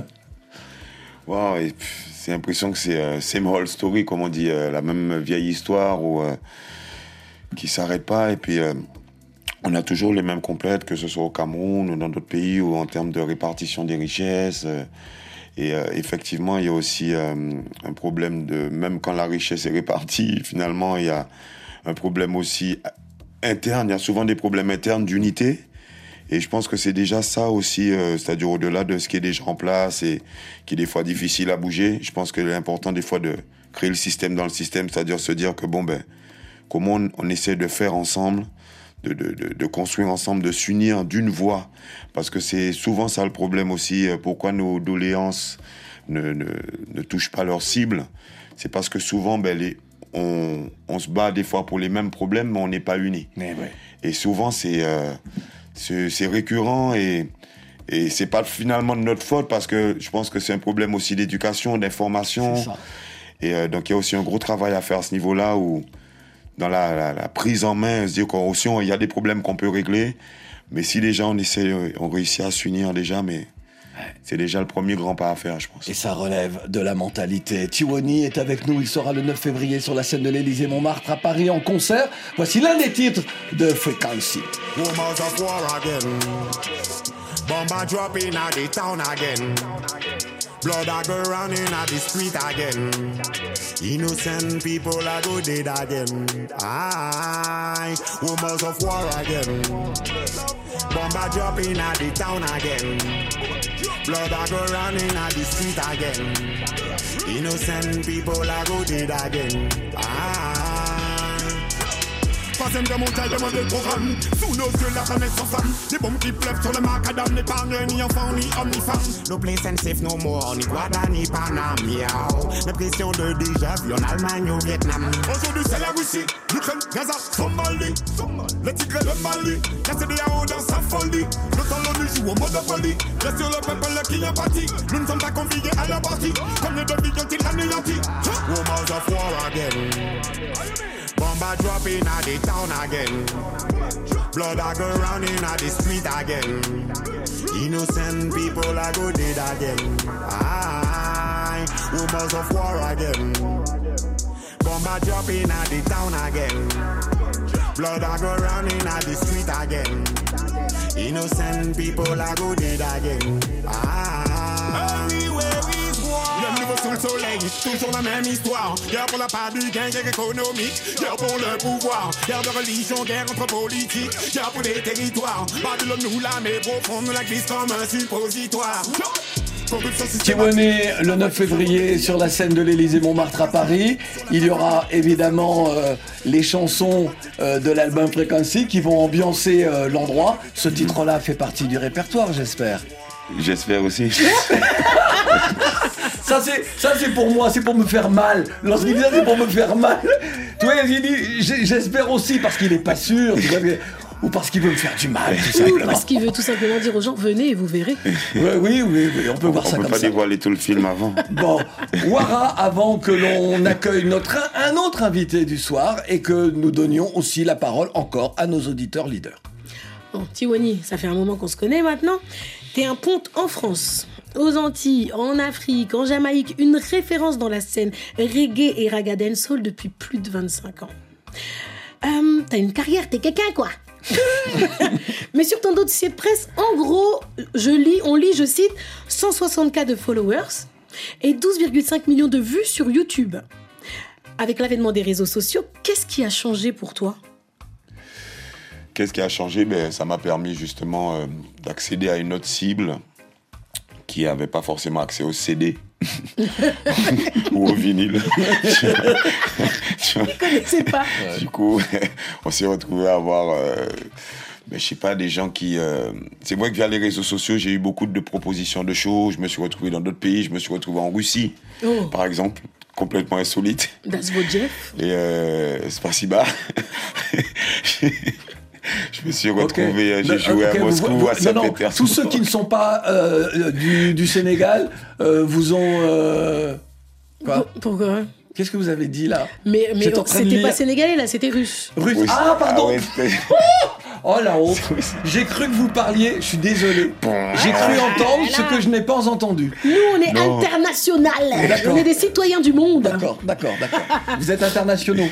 Wow, et pff, c'est l'impression que c'est euh, same old story, comme on dit, euh, la même vieille histoire où, euh, qui ne s'arrête pas. Et puis, euh, on a toujours les mêmes complètes, que ce soit au Cameroun ou dans d'autres pays, ou en termes de répartition des richesses. Euh, et euh, effectivement, il y a aussi euh, un problème de... Même quand la richesse est répartie, finalement, il y a un problème aussi interne. Il y a souvent des problèmes internes d'unité. Et je pense que c'est déjà ça aussi, euh, c'est-à-dire au-delà de ce qui est déjà en place et qui est des fois difficile à bouger. Je pense que c'est important des fois de créer le système dans le système, c'est-à-dire se dire que bon, ben, comment on, on essaie de faire ensemble, de, de, de, de construire ensemble, de s'unir d'une voix. Parce que c'est souvent ça le problème aussi, pourquoi nos doléances ne, ne, ne touchent pas leur cible. C'est parce que souvent, ben, les, on, on se bat des fois pour les mêmes problèmes, mais on n'est pas unis. Mais ouais. Et souvent, c'est... Euh, C'est, c'est récurrent et, et c'est pas finalement de notre faute parce que je pense que c'est un problème aussi d'éducation, d'information. C'est ça. Et euh, donc il y a aussi un gros travail à faire à ce niveau-là où dans la, la, la prise en main, se dire qu'aussi il y a des problèmes qu'on peut régler, mais si les gens on essaie, on réussit à s'unir déjà, mais c'est déjà le premier grand pas à faire, je pense. Et ça relève de la mentalité. Tiwoni est avec nous, il sera le neuf février sur la scène de l'Élysée-Montmartre à Paris en concert. Voici l'un des titres de Frequency. Rumors of war again. Bomba dropping at the town again. Blood a go round in the street again. Innocent people a go dead again. Aye, rumors of war again. Bomba dropping at the town again. Blood a go round in the street again. Innocent people a go dead again. Aye. Troisième guerre mondiale demande le programme. Sous nos yeux la planète sans femme. Des bombes qui pleuvent sur le macadam. N'épargne ni enfant ni homme ni femme. No place and safe no more. Ni Guada ni Panama. Mais pression de déjà vu en Allemagne au Vietnam. Aujourd'hui c'est la Russie, l'Ukraine, Gaza, Somalie. Le Tigre, le Mali. La C D A O dans sa folie. Le temps l'ONU joue au Monopoly. Reste sur le peuple qui est parti. Nous ne sommes pas conviés à la partie. Combien de vies ont-ils anéantis? Rumors of war again. Bomba dropping at the town again. Blood a go round in at the street again. Innocent people a go dead again. Aye, rumors of war again. Bomba dropping at the town again. Blood a go round in at the street again. Innocent people a go dead again. Aye, everywhere is war. Le nouveau sous le soleil, toujours la même histoire. Guerre pour la part du gain, guerre économique. Guerre pour le pouvoir, guerre de religion, guerre entre politiques. Guerre pour des territoires. Babylone nous la met profonde, nous la glisse comme un suppositoire. Tiwoni, le neuf février sur la scène de l'Élysée-Montmartre à Paris. Il y aura évidemment euh, les chansons euh, de l'album Frequency qui vont ambiancer euh, l'endroit. Ce titre-là fait partie du répertoire, j'espère. J'espère aussi. Ça c'est, ça c'est pour moi, c'est pour me faire mal. Lorsqu'il dit ça, c'est pour me faire mal. Tu vois, il dit j'espère aussi parce qu'il est pas sûr. Tu vois, ou parce qu'il veut me faire du mal, tout simplement. Ou parce qu'il veut tout simplement dire aux gens, venez et vous verrez. Ouais, oui, oui, oui, on peut on, voir ça comme ça. On peut pas dévoiler tout le film avant. Bon, Wara, avant que l'on accueille notre, un autre invité du soir et que nous donnions aussi la parole encore à nos auditeurs leaders. Bon, Tiwoni, ça fait un moment qu'on se connaît maintenant. T'es un ponte en France, aux Antilles, en Afrique, en Jamaïque, une référence dans la scène reggae et raga dancehall depuis plus de vingt-cinq ans. Euh, t'as une carrière, t'es quelqu'un quoi. Mais sur ton dossier de presse, en gros, je lis, on lit, je cite, cent soixante mille de followers et douze virgule cinq millions de vues sur YouTube. Avec l'avènement des réseaux sociaux, qu'est-ce qui a changé pour toi ? Qu'est-ce qui a changé ? Ben, ça m'a permis justement euh, d'accéder à une autre cible qui n'avait pas forcément accès au C D ou au vinyle. Je ne connaissais pas. Du coup, on s'est retrouvé à avoir, euh, ben, je sais pas, des gens qui... Euh... C'est vrai que via les réseaux sociaux, j'ai eu beaucoup de propositions de shows. Je me suis retrouvé dans d'autres pays. Je me suis retrouvé en Russie, oh. par exemple. Complètement insolite. Das Jeff. Et euh, Spasiba. Je me suis retrouvé, okay. j'ai joué okay, à Moscou, vous, vous, à Saint-Pétersbourg. Tous ceux qui ne sont pas euh, du, du Sénégal euh, vous ont... Euh... Quoi ? Pourquoi ? Qu'est-ce que vous avez dit là ? Mais, mais oh, c'était pas sénégalais là, c'était russe. Russe. Oui. Ah pardon. Ah, ouais, oh la honte. J'ai cru que vous parliez, je suis désolé. J'ai cru entendre ce que je n'ai pas entendu. Nous on est non. international. On est des citoyens du monde. D'accord, d'accord, d'accord. Vous êtes internationaux.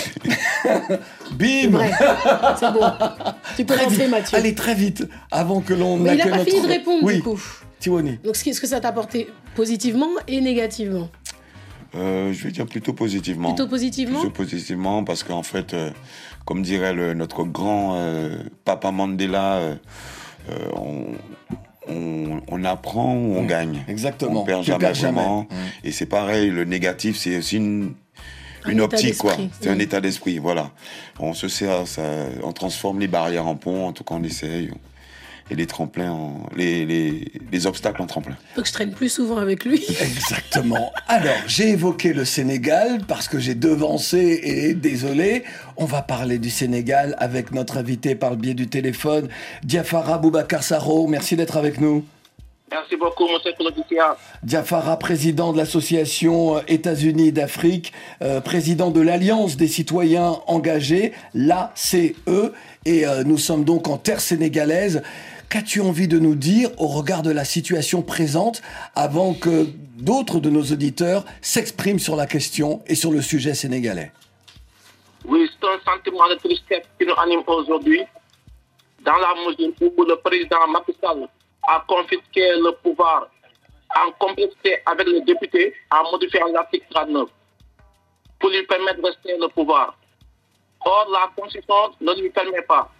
Bim. Bref, c'est bon. Tu peux lancer Mathieu. Allez très vite avant que l'on Mais accueille il n'a pas notre... fini de répondre oui. du coup. Tiwoni. Donc qu'est-ce que ça t'a apporté positivement et négativement ? Euh, je vais dire plutôt positivement. Plutôt positivement Plutôt positivement, parce qu'en fait, euh, comme dirait le, notre grand euh, Papa Mandela, euh, euh, on, on, on apprend ou on mmh. gagne. Exactement. On perd tu jamais perds vraiment. Jamais. Mmh. Et c'est pareil, le négatif, c'est aussi une, une optique, quoi. C'est mmh. un état d'esprit, voilà. On se sert, ça, on transforme les barrières en ponts, en tout cas on essaye. Et les tremplins, en, les, les, les obstacles en tremplin. Faut que je traîne plus souvent avec lui. Exactement. Alors, j'ai évoqué le Sénégal parce que j'ai devancé et désolé. On va parler du Sénégal avec notre invité par le biais du téléphone, Diafara Boubacar Saro. Merci d'être avec nous. Merci beaucoup, monsieur Claudia. Diafara, président de l'association États-Unis d'Afrique, euh, président de l'Alliance des citoyens engagés, l'A C E, et euh, nous sommes donc en terre sénégalaise. Qu'as-tu envie de nous dire au regard de la situation présente avant que d'autres de nos auditeurs s'expriment sur la question et sur le sujet sénégalais? Oui, c'est un sentiment de tristesse qui nous anime aujourd'hui, dans la mesure où le président Macky Sall a confisqué le pouvoir en complicité avec les députés en modifiant l'article trente-neuf pour lui permettre de rester le pouvoir. Or, la Constitution ne lui permet pas.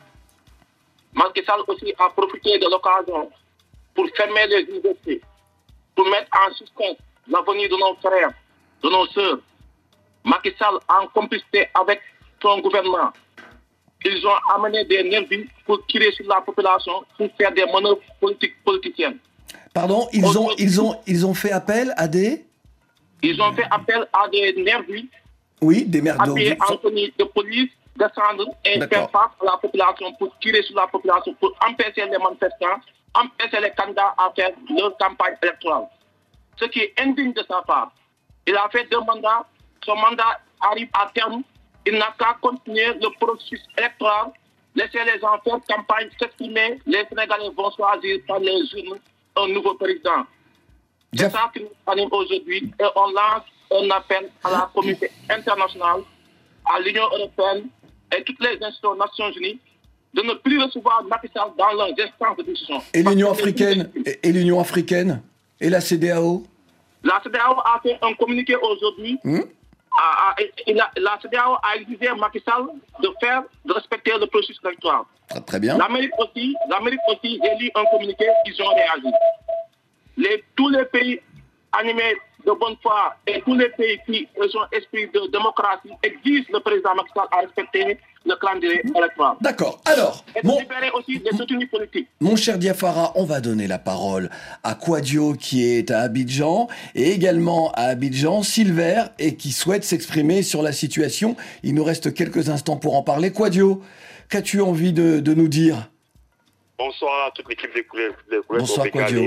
Macky Sall aussi a profité de l'occasion pour fermer les universités, pour mettre en suspens l'avenir de nos frères, de nos sœurs. Macky Sall, en complicité avec son gouvernement, ils ont amené des nervis pour tirer sur la population, pour faire des manœuvres politiques politiciennes. Pardon, ils ont, ils ont, ils ont fait appel à des... Ils ont fait appel à des nervis. Oui, des merdes. Appuyés en tenue de police, descendre et faire face à la population pour tirer sur la population, pour empêcher les manifestants, empêcher les candidats à faire leur campagne électorale. Ce qui est indigne de sa part. Il a fait deux mandats, son mandat arrive à terme, il n'a qu'à continuer le processus électoral, laisser les gens faire campagne, s'exprimer, les Sénégalais vont choisir par les urnes un nouveau président. C'est ça qui nous anime aujourd'hui et on lance un appel à la communauté internationale, à l'Union européenne et toutes les institutions des Nations Unies de ne plus recevoir Macky Sall dans leurs instances de décision. Et l'Union africaine et, et l'Union africaine et la C D A O. La C D A O a fait un communiqué aujourd'hui. Mmh. A, a, la, la C D A O a exigé Macky Sall de faire, de respecter le processus électoral. Très, très bien. L'Amérique aussi, l'Amérique aussi, j'ai lu un communiqué, ils ont réagi. Les, tous les pays animés de bonne foi et tous les pays qui sont esprits de démocratie exigent le président Macky Sall à respecter le calendrier électoral. D'accord. Alors, et de mon... libérer aussi des soutenus politiques. Mon cher Diafara, on va donner la parole à Quadio qui est à Abidjan et également à Abidjan, Silver, et qui souhaite s'exprimer sur la situation. Il nous reste quelques instants pour en parler. Quadio, qu'as-tu envie de, de nous dire? Bonsoir à toute l'équipe des couleurs. Bonsoir Quadio.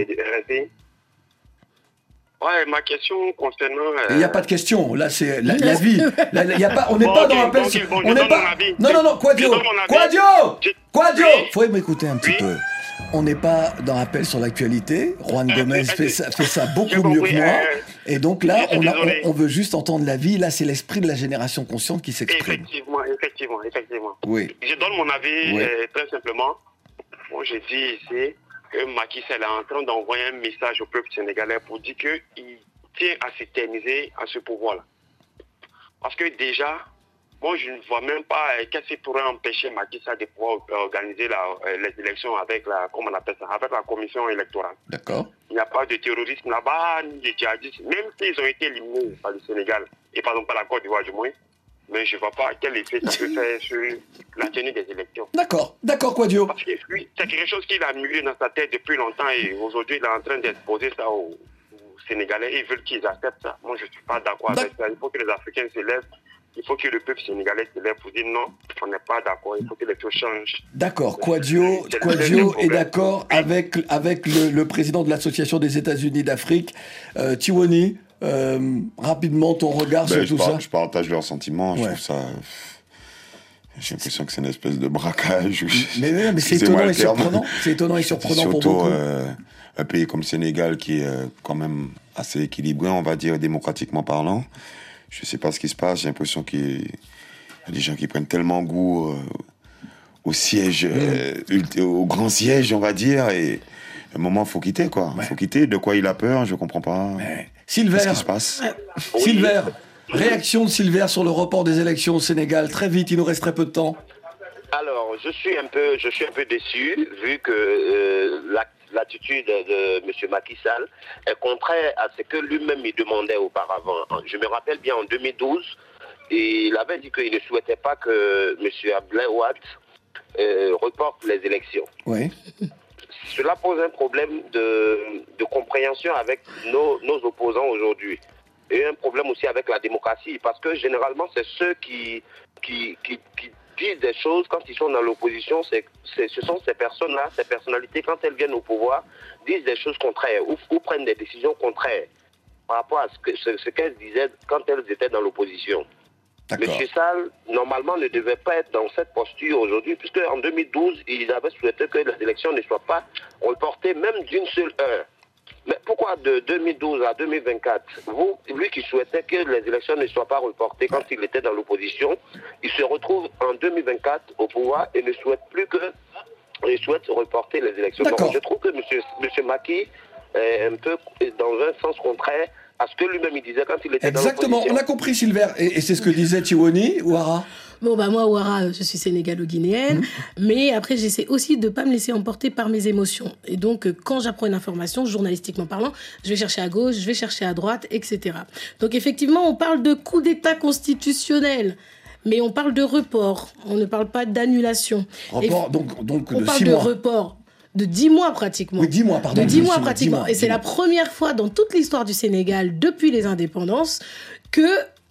Ouais, ma question concernant. Il n'y a pas de question. Là, c'est la, la vie. Là, y a pas, on n'est bon, pas okay, dans l'appel. Bon, bon, on n'est pas. Non, non, non, Quadio. Quadio. Quadio. Il faut m'écouter un petit oui. peu. On n'est pas dans l'appel sur l'actualité. Juan euh, Gomez fait ça, fait ça beaucoup mieux que moi. Euh, et donc là, on, a, on, on veut juste entendre la vie. Là, c'est l'esprit de la génération consciente qui s'exprime. Effectivement, effectivement, effectivement. Oui. Je donne mon avis oui. euh, très simplement. Bon, je dis ici que Macky Sall est en train d'envoyer un message au peuple sénégalais pour dire qu'il tient à s'éterniser à ce pouvoir-là. Parce que déjà, moi je ne vois même pas qu'est-ce qui pourrait empêcher Macky Sall de pouvoir organiser la, les élections avec la, comment on appelle ça, avec la commission électorale. D'accord. Il n'y a pas de terrorisme là-bas, ni de djihadistes, même s'ils ont été éliminés par le Sénégal, et par exemple par la Côte d'Ivoire du moins. Mais je ne vois pas quel effet ça peut faire sur la tenue des élections. D'accord, d'accord, Quadio. Parce que lui, c'est quelque chose qu'il a mûri dans sa tête depuis longtemps et aujourd'hui, il est en train d'exposer ça aux, aux Sénégalais. Ils veulent qu'ils acceptent ça. Moi, je ne suis pas d'accord avec ça. Il faut que les Africains se lèvent. Il faut que le peuple sénégalais se lève pour dire non, on n'est pas d'accord. Il faut que les choses changent. D'accord, Quadio, Quadio est d'accord avec, avec le, le président de l'Association des États-Unis d'Afrique, euh, Tiwoni. Euh, rapidement, ton regard ben, sur tout par, ça. Je partage leurs sentiments. Ouais. Je trouve ça. J'ai l'impression que c'est une espèce de braquage. Mais, mais, mais c'est étonnant et surprenant. C'est étonnant et surprenant surtout, pour beaucoup. Euh, un pays comme le Sénégal qui est euh, quand même assez équilibré, on va dire démocratiquement parlant. Je ne sais pas ce qui se passe. J'ai l'impression qu'il y a des gens qui prennent tellement goût euh, au siège, mmh. euh, au grand siège, on va dire, et. À un moment, il faut quitter, quoi. Il ouais. faut quitter. De quoi il a peur, je ne comprends pas. Ouais. Silver. Qu'est-ce qui se passe oui. Silver. Réaction de Silver sur le report des élections au Sénégal. Très vite, il nous reste très peu de temps. Alors, je suis un peu, je suis un peu déçu, vu que euh, la, l'attitude de M. Macky Sall est contraire à ce que lui-même il demandait auparavant. Je me rappelle bien, en deux mille douze, il avait dit qu'il ne souhaitait pas que M. Abdoulaye Wade euh, reporte les élections. Oui. Cela pose un problème de, de compréhension avec nos, nos opposants aujourd'hui. Et un problème aussi avec la démocratie, parce que généralement, c'est ceux qui, qui, qui, qui disent des choses quand ils sont dans l'opposition, c'est, c'est, ce sont ces personnes-là, ces personnalités, quand elles viennent au pouvoir, disent des choses contraires ou, ou prennent des décisions contraires par rapport à ce, que, ce, ce qu'elles disaient quand elles étaient dans l'opposition. M. Sall, normalement, ne devait pas être dans cette posture aujourd'hui, puisque en deux mille douze, ils avaient souhaité que les élections ne soient pas reportées même d'une seule heure. Mais pourquoi de deux mille douze à deux mille vingt-quatre, vous, lui qui souhaitait que les élections ne soient pas reportées quand il était dans l'opposition, il se retrouve en deux mille vingt-quatre au pouvoir et ne souhaite plus que, il souhaite reporter les élections. Donc je trouve que M. Monsieur Macky est un peu dans un sens contraire à ce que lui-même il disait quand il était Exactement, dans l'opposition. on a compris Silver, et, et c'est ce que disait Tiwoni, Ouara. Bon, bah moi, Ouara, je suis sénégalo-guinéenne, mmh. mais après, j'essaie aussi de ne pas me laisser emporter par mes émotions. Et donc, quand j'apprends une information, journalistiquement parlant, je vais chercher à gauche, je vais chercher à droite, et cetera. Donc, effectivement, on parle de coup d'État constitutionnel, mais on parle de report, on ne parle pas d'annulation. Report, et donc, donc on de parle six de mois. report. De dix mois pratiquement. Oui, dix mois, pardon. De dix mois pratiquement. dix mois, et c'est dix la mois. première fois dans toute l'histoire du Sénégal, depuis les indépendances, que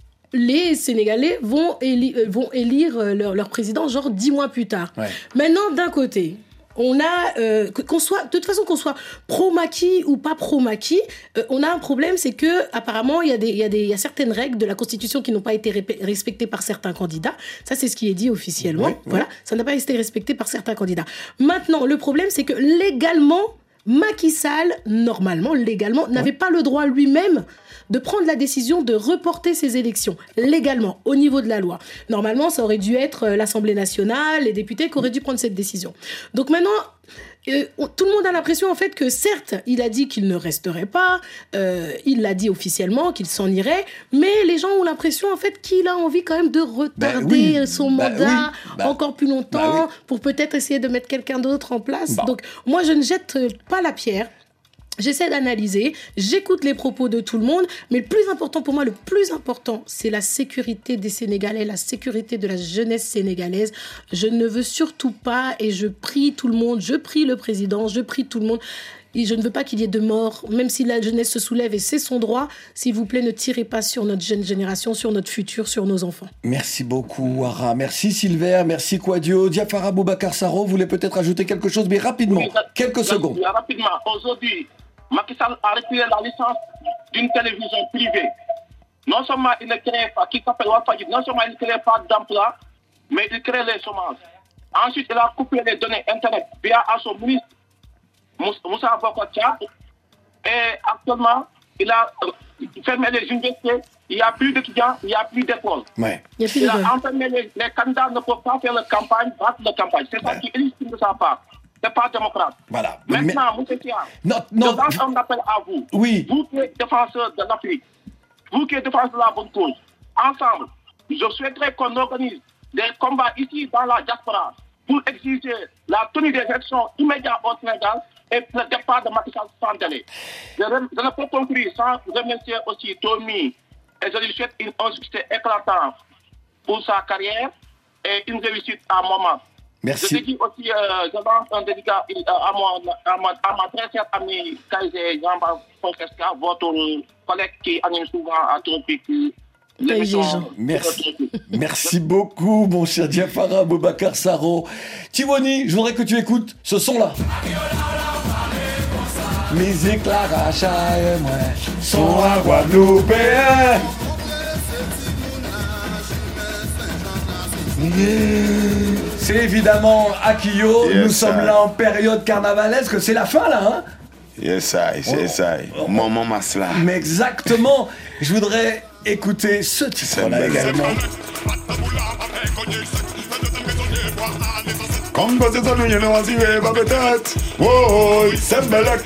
les Sénégalais vont, éli- vont élire leur, leur président genre dix mois plus tard. Ouais. Maintenant, d'un côté, on a, euh, qu'on soit, de toute façon, qu'on soit pro-Macky ou pas pro-Macky, euh, on a un problème, c'est que apparemment il y a des, il y a des, il y a certaines règles de la Constitution qui n'ont pas été ré- respectées par certains candidats. Ça, c'est ce qui est dit officiellement. Oui, voilà, oui. ça n'a pas été respecté par certains candidats. Maintenant, le problème, c'est que légalement, Macky Sall, normalement, légalement, n'avait pas le droit lui-même de prendre la décision de reporter ces élections, légalement, au niveau de la loi. Normalement, ça aurait dû être l'Assemblée nationale, les députés qui auraient dû prendre cette décision. Donc maintenant, euh, on, tout le monde a l'impression, en fait, que certes, il a dit qu'il ne resterait pas, euh, il l'a dit officiellement, qu'il s'en irait, mais les gens ont l'impression, en fait, qu'il a envie quand même de retarder oui, son bah mandat oui, bah, encore plus longtemps, bah oui. pour peut-être essayer de mettre quelqu'un d'autre en place. Bah. Donc, moi, je ne jette pas la pierre. J'essaie d'analyser, j'écoute les propos de tout le monde, mais le plus important pour moi, le plus important, c'est la sécurité des Sénégalais, la sécurité de la jeunesse sénégalaise. Je ne veux surtout pas, et je prie tout le monde, je prie le président, je prie tout le monde, et je ne veux pas qu'il y ait de morts, même si la jeunesse se soulève et c'est son droit. S'il vous plaît, ne tirez pas sur notre jeune génération, sur notre futur, sur nos enfants. Merci beaucoup, Ouara. Merci, Silver. Merci, Kouadio. Diafara Boubacar Saro, vous voulez peut-être ajouter quelque chose, mais rapidement, Oui, quelques oui, secondes. oui, rapidement, aujourd'hui, Macky Sall a retiré la licence d'une télévision privée. Non seulement il ne crée pas, qui s'appelle Walfadjri, non seulement il ne crée pas d'emploi, mais il crée les chômages. Ensuite, il a coupé les données Internet via à son ministre Moussa Bokotia. Et actuellement, il a fermé les universités. Il n'y a plus d'étudiants, il n'y a plus d'écoles. Ouais. Il y a plus Il de a enfermé les, les candidats ne peuvent pas faire la campagne, battre la campagne. C'est ça Ouais. qui est illustime de sa part. C'est pas démocrate. Voilà. Maintenant, M. Tia, Non, non. je lance un appel à vous. Oui. Vous qui êtes défenseur de l'Afrique, vous qui êtes défenseur de la bonne cause, ensemble, je souhaiterais qu'on organise des combats ici dans la diaspora pour exiger la tenue des élections immédiates au Sénégal et le départ de Macky Sall sans délai. Je, je ne peux conclure sans remercier aussi Tommy et je lui souhaite une, un succès éclatant pour sa carrière et une réussite à un moment. Merci. Je te dis aussi, euh, je lance un dédicat à, mon, à, ma, à ma très chère amie Kaïsé Yamba Francesca, votre collègue qui anime souvent à Tropique. Merci. Merci beaucoup, mon cher Diafara Boubacar Saro. Tiwoni, je voudrais que tu écoutes ce son-là. Musique la racha, moi, son à Guadeloupéen. C'est évidemment Akiyo, Yes, nous sommes sir. là en période carnavalesque, c'est la fin là, hein? Yes, I, c'est ça. Maman Masla. Mais exactement, je voudrais écouter ce titre-là également. Congo, c'est ça, nous, y en a aussi, mais pas peut-être. Wow, c'est Belek.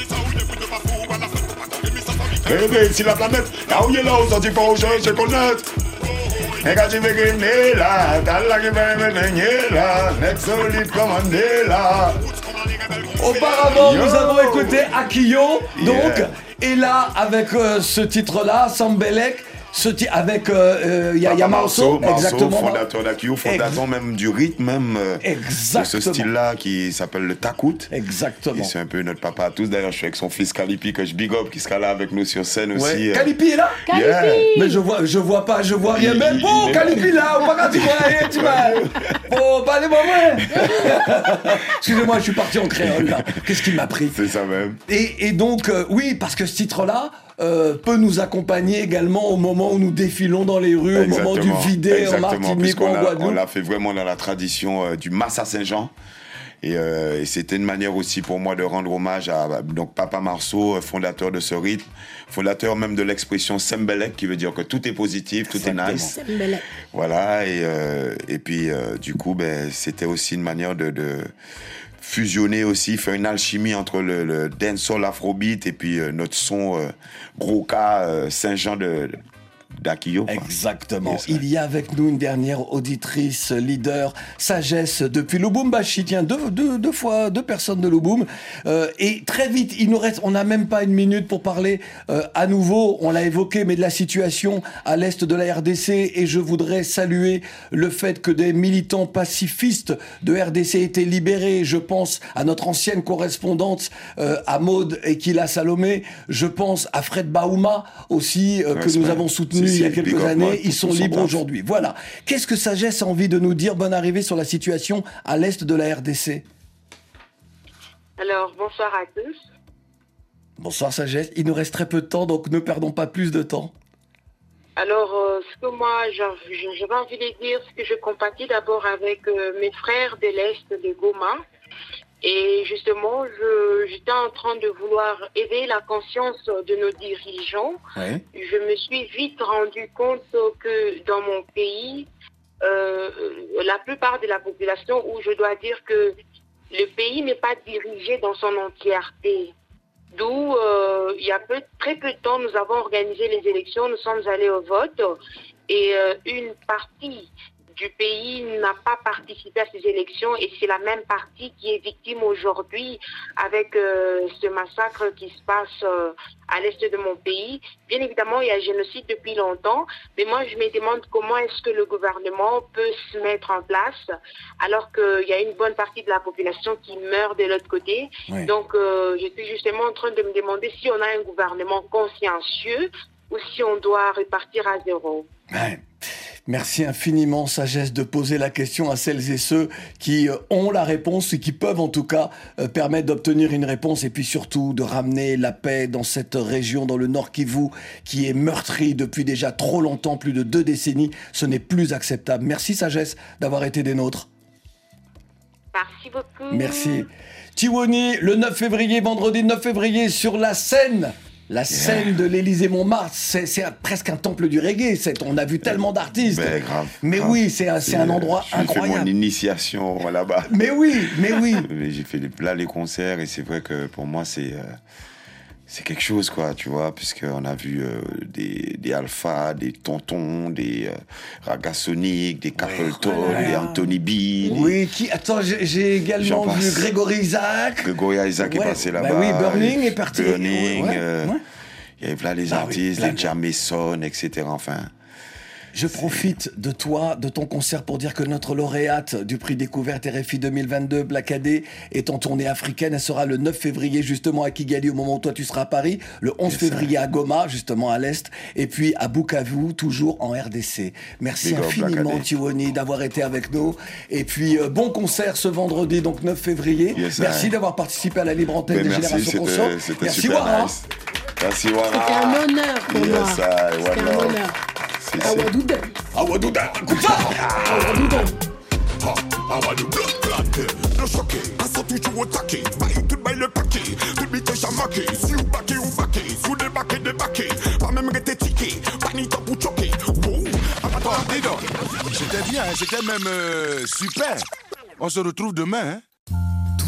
Bébé, si la planète, là où il est là, on s'en dit pas où je connaître. Et quand tu veux grimper là, t'as là qui va me venir là, next solide commandé là. Auparavant, Yo. nous avons écouté Akiyo, donc, Yeah. et là, avec euh, ce titre-là, Sambelek, ce ti- avec euh, euh, Yaya Marceau, exactement. Fondateur d'Akio, fondateur même du rythme, même euh, Exactement. de ce style-là qui s'appelle le takout. Exactement. Et c'est un peu notre papa à tous. D'ailleurs, je suis avec son fils Kalipi que je big up, qui sera là avec nous sur scène Ouais. aussi. euh. Kalipi est là? Kalipi Yeah. Mais je vois, je vois pas, je vois rien. Il- Mais il- bon, il est- Kalipi là, on va quand tu vois rien, tu vas. Bon, pas les moments. Excusez-moi, je suis parti en créole là. Qu'est-ce qui m'a pris? C'est ça même. Et, et donc, euh, oui, parce que ce titre-là, euh, peut nous accompagner également au moment où nous défilons dans les rues, Exactement. au moment du vidé en Martinique ou en on Guadeloupe. On l'a fait vraiment dans la tradition euh, du Massa Saint-Jean. Et, euh, et c'était une manière aussi pour moi de rendre hommage à donc Papa Marceau, fondateur de ce rythme, fondateur même de l'expression Sembelek, qui veut dire que tout est positif, tout Exactement. est nice. Sembelek. Voilà, et, euh, et puis euh, du coup, ben, c'était aussi une manière de, de fusionner aussi, faire une alchimie entre le, le dancehall afrobeat et puis euh, notre son euh, gros cas euh, Saint-Jean de... d'Akio. Exactement. Yes, Il y a avec nous une dernière auditrice, leader, Sagesse depuis Lubumbashi. Tiens, deux, deux, deux fois, deux personnes de Lubum. Euh, et très vite, il nous reste, on n'a même pas une minute pour parler euh, à nouveau, on l'a évoqué, mais de la situation à l'est de la R D C. Et je voudrais saluer le fait que des militants pacifistes de R D C aient été libérés. Je pense à notre ancienne correspondante, euh, à Maud Ekila Salomé. Je pense à Fred Baouma aussi, euh, que nous avons soutenu il y a quelques années, ils sont libres aujourd'hui. Voilà. Qu'est-ce que Sagesse a envie de nous dire? Bonne arrivée sur la situation à l'est de la R D C. Alors, bonsoir à tous. Bonsoir Sagesse. Il nous reste très peu de temps, donc ne perdons pas plus de temps. Alors, euh, ce que moi, j'avais envie de dire, c'est que je compatis d'abord avec euh, mes frères de l'Est de Goma. Et justement, je, j'étais en train de vouloir éveiller la conscience de nos dirigeants. Ouais. Je me suis vite rendu compte que dans mon pays, euh, la plupart de la population, où je dois dire que le pays n'est pas dirigé dans son entièreté. D'où, euh, il y a peu, très peu de temps, nous avons organisé les élections, nous sommes allés au vote et euh, une partie du pays n'a pas participé à ces élections et c'est la même partie qui est victime aujourd'hui avec euh, ce massacre qui se passe euh, à l'est de mon pays. Bien évidemment, il y a génocide depuis longtemps, mais moi je me demande comment est-ce que le gouvernement peut se mettre en place alors qu'il y a une bonne partie de la population qui meurt de l'autre côté. Oui. Donc euh, je suis justement en train de me demander si on a un gouvernement consciencieux ou si on doit repartir à zéro. Ouais. Merci infiniment, Sagesse, de poser la question à celles et ceux qui ont la réponse et qui peuvent en tout cas euh, permettre d'obtenir une réponse et puis surtout de ramener la paix dans cette région, dans le Nord Kivu, qui est meurtrie depuis déjà trop longtemps, plus de deux décennies. Ce n'est plus acceptable. Merci, Sagesse, d'avoir été des nôtres. Merci beaucoup. Merci. Tiwoni, le neuf février, vendredi neuf février, sur la scène. La scène yeah. de l'Élysée-Montmartre, c'est, c'est un, presque un temple du reggae. C'est, on a vu tellement d'artistes. Ben, grave, mais grave. oui, c'est un, c'est, c'est un endroit j'ai incroyable. J'ai fait mon initiation là-bas. Mais oui, mais oui. J'ai fait les, là les concerts et c'est vrai que pour moi c'est euh, c'est quelque chose quoi, tu vois, puisqu'on a vu euh, des des Alpha, des Tontons, des euh, Ragasonic, des Capleton, ouais, ouais, des Anthony B. Des... Oui, qui attends, j'ai, j'ai également vu Grégory Isaac. Grégory Isaac ouais, est passé là-bas. Bah oui, Burning est parti. Burning. Ouais, euh, ouais. Il y avait là les ah, artistes, oui, les Jameson, et cetera. Enfin. Je profite de toi, de ton concert pour dire que notre lauréate du prix Découverte R F I deux mille vingt-deux, Black A D, est en tournée africaine. Elle sera le neuf février justement à Kigali au moment où toi tu seras à Paris, le onze février à Goma, justement à l'Est, et puis à Bukavu, toujours en R D C. Merci Big infiniment Tiwoni d'avoir été avec nous. Et puis euh, bon concert ce vendredi, donc neuf février. Yes, merci I. d'avoir participé à la libre antenne des Générations Conscientes. Merci Wara. Nice. Merci Wara. C'était un honneur pour yes, moi. I. C'était un honneur. Awadouda. Awadouda. Écoute ça. Awadouda. Awadouda. Le choqué, à son toujours au taquet. Baille tout baille le paquet. Tout bite chamaqué. Si ou baqué ou baqué. Sous des baquets, des baquets. Pas même rester tiqué. Pas ni temps pour choquer. Wow. Attends, dis donc. C'était bien, c'était même euh, super. On se retrouve demain, hein.